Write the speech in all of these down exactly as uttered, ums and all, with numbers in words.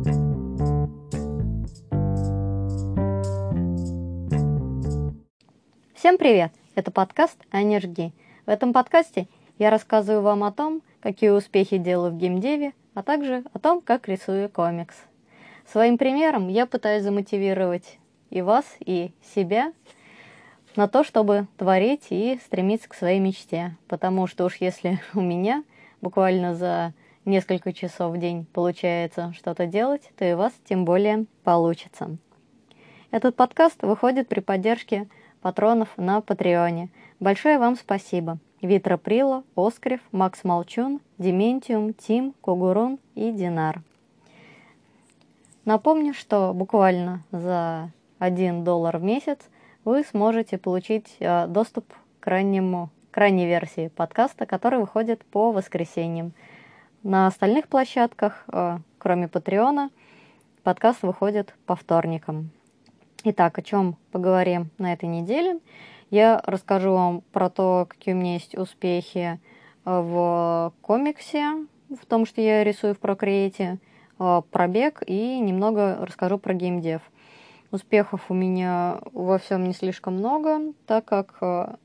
Всем привет! Это подкаст «Аня жги». В этом подкасте я рассказываю вам о том, какие успехи делаю в геймдеве, а также о том, как рисую комикс. Своим примером я пытаюсь замотивировать и вас, и себя на то, чтобы творить и стремиться к своей мечте. Потому что уж если у меня буквально за несколько часов в день получается что-то делать, то и у вас тем более получится. Этот подкаст выходит при поддержке патронов на Патреоне. Большое вам спасибо. Витра Прило, Оскарев, Макс Молчун, Дементиум, Тим, Кугурун и Динар. Напомню, что буквально за один доллар в месяц вы сможете получить э, доступ к, раннему, к ранней версии подкаста, который выходит по воскресеньям. На остальных площадках, э, кроме Патреона, подкаст выходит по вторникам. Итак, о чем поговорим на этой неделе? Я расскажу вам про то, какие у меня есть успехи в комиксе, в том, что я рисую в Procreate, про бег, и немного расскажу про геймдев. Успехов у меня во всем не слишком много, так как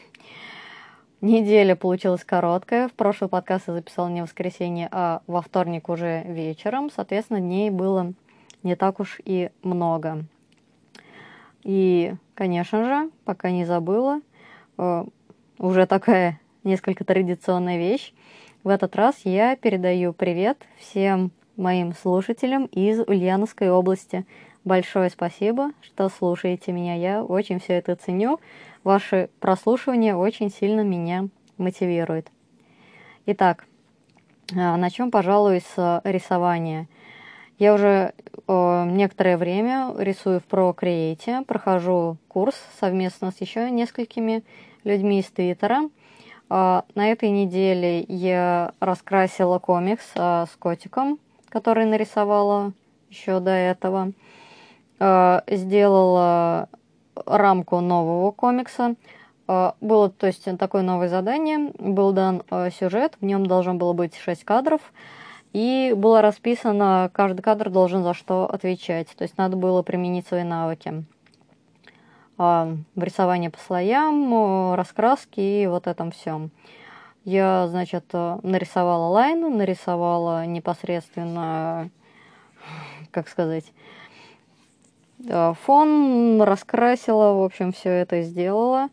неделя получилась короткая. В прошлый подкаст я записала не в воскресенье, а во вторник уже вечером. Соответственно, дней было не так уж и много. И, конечно же, пока не забыла, э, уже такая несколько традиционная вещь. В этот раз я передаю привет всем моим слушателям из Ульяновской области. Большое спасибо, что слушаете меня. Я очень все это ценю. Ваши прослушивания очень сильно меня мотивируют. Итак, начнем, пожалуй, с рисования. Я уже э, некоторое время рисую в Procreate, прохожу курс совместно с еще несколькими людьми из Твиттера. Э, на этой неделе я раскрасила комикс э, с котиком, который нарисовала еще до этого. Э, сделала рамку нового комикса. Э, было, то есть, такое новое задание. Был дан э, сюжет, в нем должно было быть шесть кадров. И было расписано, каждый кадр должен за что отвечать. То есть надо было применить свои навыки в рисовании по слоям, раскраски и вот этом всем. Я, значит, нарисовала лайн, нарисовала непосредственно, как сказать, фон, раскрасила, в общем, все это сделала.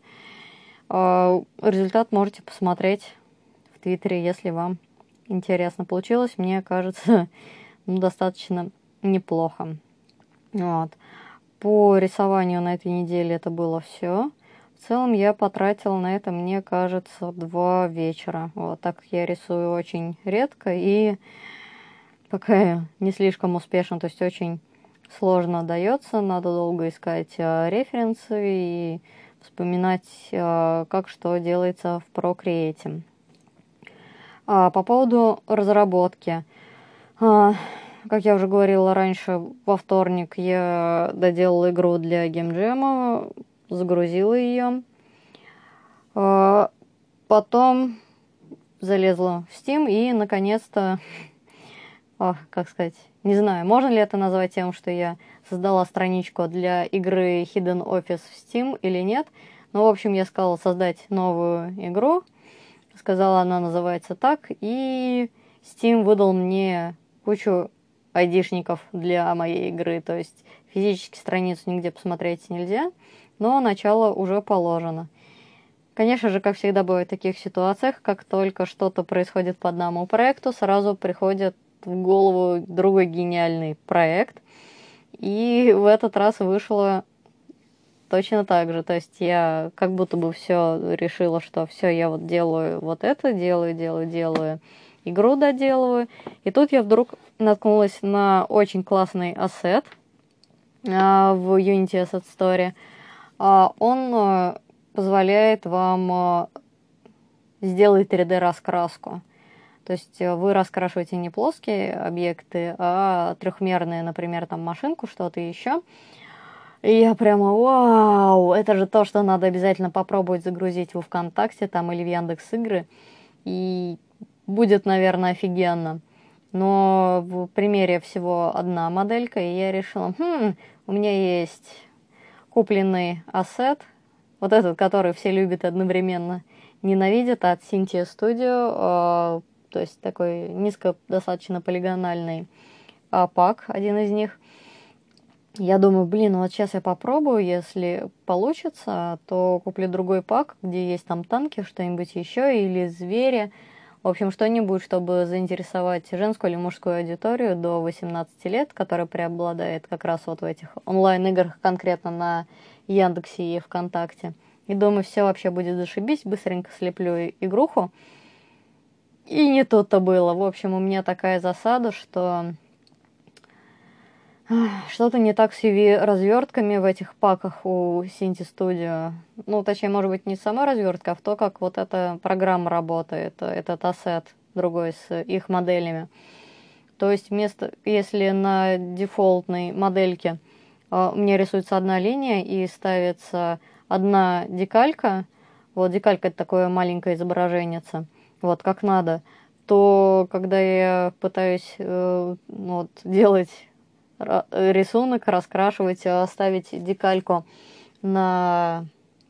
Результат можете посмотреть в Твиттере, если вам интересно получилось. Мне кажется, ну, достаточно неплохо. Вот. По рисованию на этой неделе это было все. В целом я потратила на это, мне кажется, два вечера. Вот так я рисую очень редко и пока не слишком успешно, то есть очень сложно дается, надо долго искать э, референсы и вспоминать, э, как что делается в Procreate. А, по поводу разработки. А, как я уже говорила раньше, во вторник я доделала игру для геймджема, загрузила ее. А, потом залезла в Steam и, наконец-то, а, как сказать, не знаю, можно ли это назвать тем, что я создала страничку для игры Hidden Office в Steam или нет. Но, в общем, я сказала создать новую игру. Сказала, она называется так, и Steam выдал мне кучу айдишников для моей игры, то есть физически страницу нигде посмотреть нельзя, но начало уже положено. Конечно же, как всегда бывает в таких ситуациях, как только что-то происходит по одному проекту, сразу приходит в голову другой гениальный проект, и в этот раз вышло точно так же, то есть я как будто бы все решила, что все, я вот делаю вот это, делаю, делаю, делаю, игру доделываю. И тут я вдруг наткнулась на очень классный ассет а, в Unity Asset Store. А, он а, позволяет вам а, сделать три дэ-раскраску. То есть вы раскрашиваете не плоские объекты, а трехмерные, например, там машинку, что-то еще. И я прямо, вау, это же то, что надо обязательно попробовать загрузить во ВКонтакте там или в Яндекс.Игры. И будет, наверное, офигенно. Но в примере всего одна моделька, и я решила, хм, у меня есть купленный ассет, вот этот, который все любят одновременно, ненавидят, от Cintiq Studio, э, то есть такой низко достаточно полигональный э, пак, один из них. Я думаю, блин, вот сейчас я попробую, если получится, то куплю другой пак, где есть там танки, что-нибудь еще, или звери. В общем, что-нибудь, чтобы заинтересовать женскую или мужскую аудиторию до восемнадцати лет, которая преобладает как раз вот в этих онлайн-играх, конкретно на Яндексе и ВКонтакте. И думаю, все вообще будет зашибись, быстренько слеплю игруху. И не тут-то было. В общем, у меня такая засада, что что-то не так с ю ви-развертками в этих паках у Cintiq Studio. Ну, точнее, может быть, не сама развертка, а в то, как вот эта программа работает, этот ассет другой с их моделями. То есть, вместо, если на дефолтной модельке э, у меня рисуется одна линия и ставится одна декалька, вот декалька — это такое маленькое изображение, вот как надо, то когда я пытаюсь э, вот, делать рисунок, раскрашивать, ставить декальку на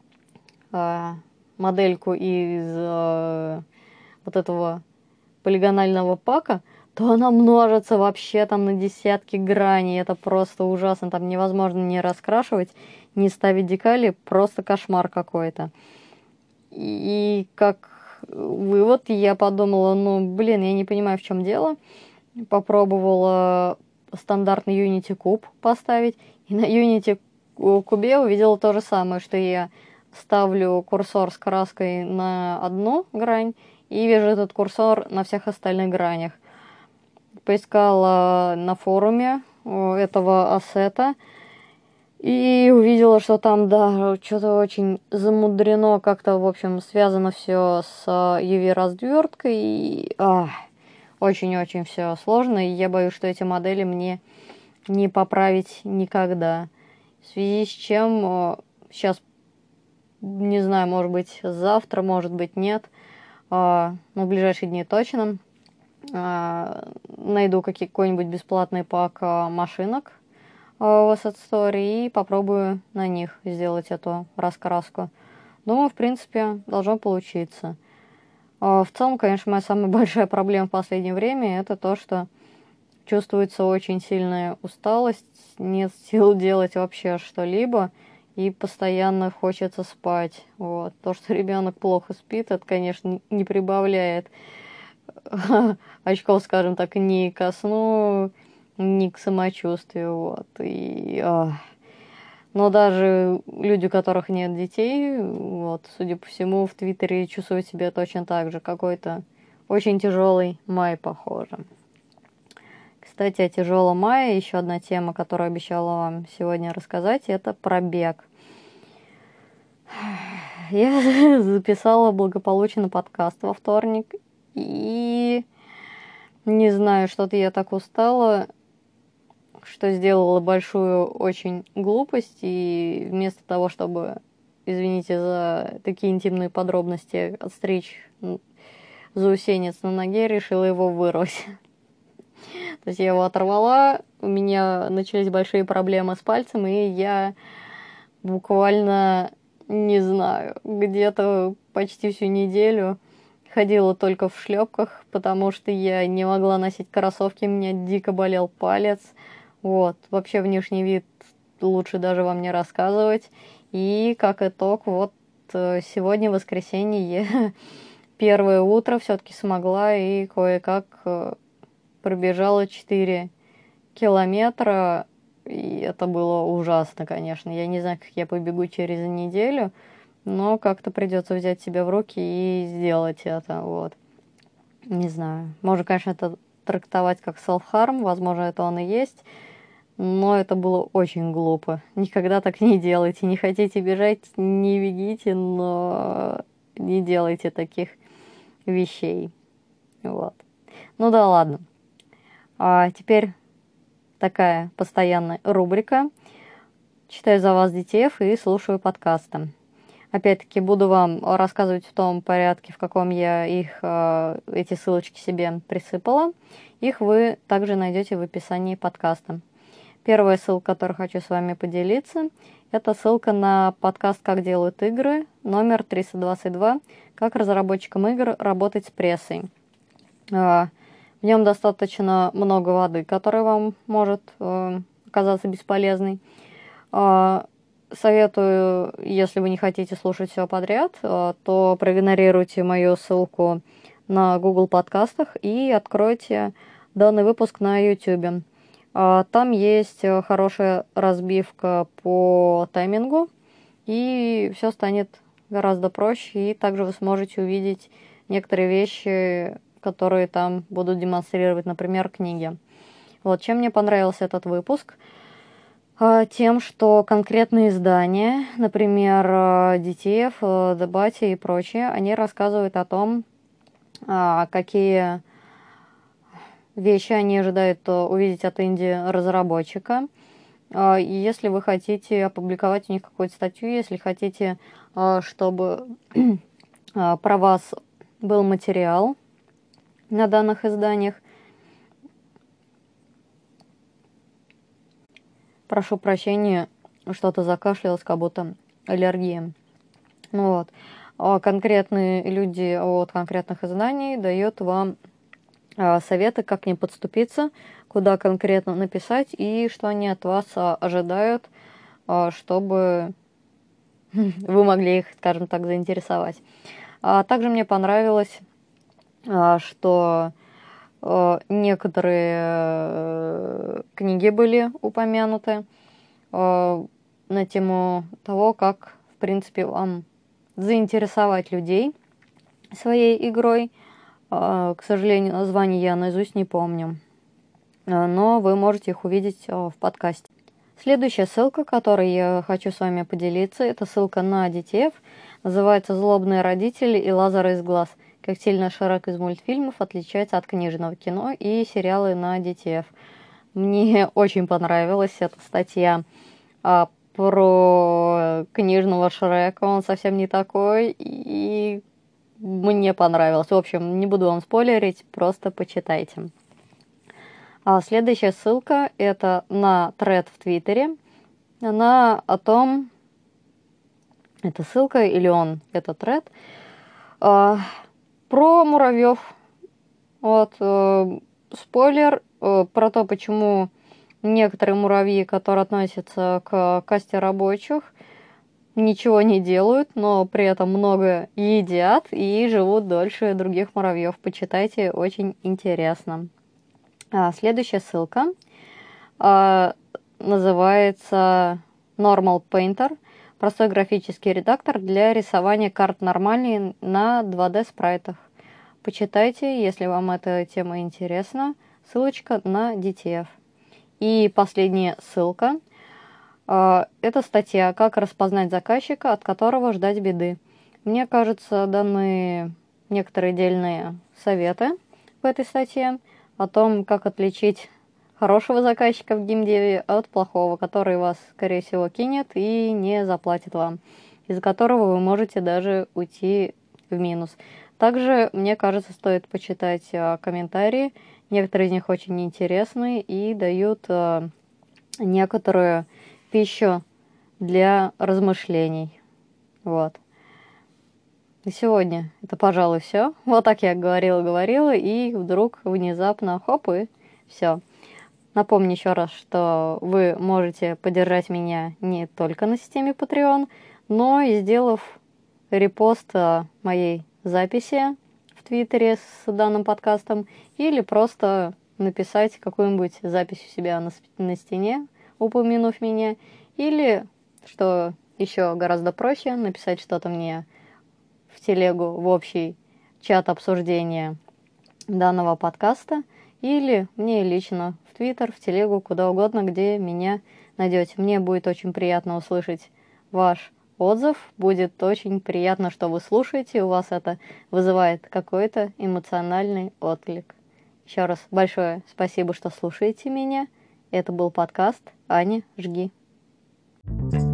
э, модельку из э, вот этого полигонального пака, то она множится вообще там на десятки граней. Это просто ужасно. Там невозможно не раскрашивать, не ставить декали. Просто кошмар какой-то. И как вывод я подумала, ну, блин, я не понимаю, в чем дело. Попробовала стандартный Unity куб поставить. И на Unity кубе увидела то же самое, что я ставлю курсор с краской на одну грань и вижу этот курсор на всех остальных гранях. Поискала на форуме этого ассета и увидела, что там, да, что-то очень замудрено, как-то, в общем, связано все с ю ви-разверткой. И, ах, очень-очень все сложно, и я боюсь, что эти модели мне не поправить никогда. В связи с чем сейчас, не знаю, может быть, завтра, может быть, нет, но в ближайшие дни точно найду какой-нибудь бесплатный пак машинок в Asset Store и попробую на них сделать эту раскраску. Думаю, в принципе, должно получиться. В целом, конечно, моя самая большая проблема в последнее время — это то, что чувствуется очень сильная усталость, нет сил делать вообще что-либо, и постоянно хочется спать. Вот. То, что ребенок плохо спит, это, конечно, не прибавляет очков, скажем так, ни ко сну, ни к самочувствию. Вот. И, ах. Но даже люди, у которых нет детей, вот, судя по всему, в Твиттере чувствуют себя точно так же. Какой-то очень тяжелый май, похоже. Кстати, о тяжелом мае еще одна тема, которую обещала вам сегодня рассказать, это пробег. Я записала благополучно подкаст во вторник, и не знаю, что-то я так устала, что сделала большую очень глупость, и вместо того, чтобы, извините за такие интимные подробности, отстричь заусенец на ноге, решила его вырвать. То есть я его оторвала, у меня начались большие проблемы с пальцем, и я буквально, не знаю, где-то почти всю неделю ходила только в шлепках, потому что я не могла носить кроссовки, мне дико болел палец. Вот, вообще внешний вид лучше даже вам не рассказывать. И как итог, вот сегодня, воскресенье, я первое утро все-таки смогла и кое-как пробежала четыре километра, и это было ужасно, конечно. Я не знаю, как я побегу через неделю, но как-то придется взять себя в руки и сделать это, вот. Не знаю. Можно, конечно, это трактовать как self-harm, возможно, это он и есть, но это было очень глупо. Никогда так не делайте. Не хотите бежать, не бегите, но не делайте таких вещей. Вот. Ну да ладно. А теперь такая постоянная рубрика. Читаю за вас ди ти эф и слушаю подкасты. Опять-таки буду вам рассказывать в том порядке, в каком я их, эти ссылочки себе присыпала. Их вы также найдете в описании подкаста. Первая ссылка, которую хочу с вами поделиться, это ссылка на подкаст «Как делают игры», номер триста двадцать два, «Как разработчикам игр работать с прессой». В нем достаточно много воды, которая вам может оказаться бесполезной. Советую, если вы не хотите слушать все подряд, то проигнорируйте мою ссылку на Google подкастах и откройте данный выпуск на YouTube. Там есть хорошая разбивка по таймингу, и все станет гораздо проще, и также вы сможете увидеть некоторые вещи, которые там будут демонстрировать, например, книги. Вот, чем мне понравился этот выпуск? Тем, что конкретные издания, например, ди ти эф, Debate и прочее, они рассказывают о том, какие вещи они ожидают увидеть от инди-разработчика. Если вы хотите опубликовать у них какую-то статью, если хотите, чтобы про вас был материал на данных изданиях, прошу прощения, что-то закашлялось, как будто аллергия. Вот. Конкретные люди от конкретных изданий дают вам советы, как не подступиться, куда конкретно написать и что они от вас ожидают, чтобы вы могли их, скажем так, заинтересовать. Также мне понравилось, что некоторые книги были упомянуты на тему того, как, в принципе, вам заинтересовать людей своей игрой. К сожалению, названий я наизусть не помню, но вы можете их увидеть в подкасте. Следующая ссылка, которой я хочу с вами поделиться, это ссылка на ди ти эф. Называется «Злобные родители и Лазар из глаз. Как сильно Шрек из мультфильмов отличается от книжного кино и сериалы на ди ти эф». Мне очень понравилась эта статья а, про книжного Шрека. Он совсем не такой, и мне понравилось. В общем, не буду вам спойлерить, просто почитайте. А следующая ссылка – это на тред в Твиттере. Она о том, это ссылка или он, это тред, а, про муравьев. Вот, э, спойлер э, про то, почему некоторые муравьи, которые относятся к касте рабочих, ничего не делают, но при этом много едят и живут дольше других муравьев. Почитайте, очень интересно. А, следующая ссылка а, называется Normal Painter. Простой графический редактор для рисования карт нормальной на два дэ спрайтах. Почитайте, если вам эта тема интересна. Ссылочка на ди ти эф. И последняя ссылка. Это статья «Как распознать заказчика, от которого ждать беды». Мне кажется, даны некоторые дельные советы в этой статье о том, как отличить хорошего заказчика в геймдеве от плохого, который вас, скорее всего, кинет и не заплатит вам, из-за которого вы можете даже уйти в минус. Также, мне кажется, стоит почитать а, комментарии. Некоторые из них очень интересные и дают а, некоторую пищу для размышлений. Вот. На сегодня это, пожалуй, все. Вот так я говорила-говорила, и вдруг внезапно хоп, и все. Напомню еще раз, что вы можете поддержать меня не только на системе Patreon, но и сделав репост моей записи в Твиттере с данным подкастом, или просто написать какую-нибудь запись у себя на, на стене, упомянув меня, или, что еще гораздо проще, написать что-то мне в телегу, в общий чат обсуждения данного подкаста, или мне лично в Твиттер, в телегу, куда угодно, где меня найдете. Мне будет очень приятно услышать ваш отзыв, будет очень приятно, что вы слушаете, у вас это вызывает какой-то эмоциональный отклик. Еще раз большое спасибо, что слушаете меня. Это был подкаст «Аня, жги».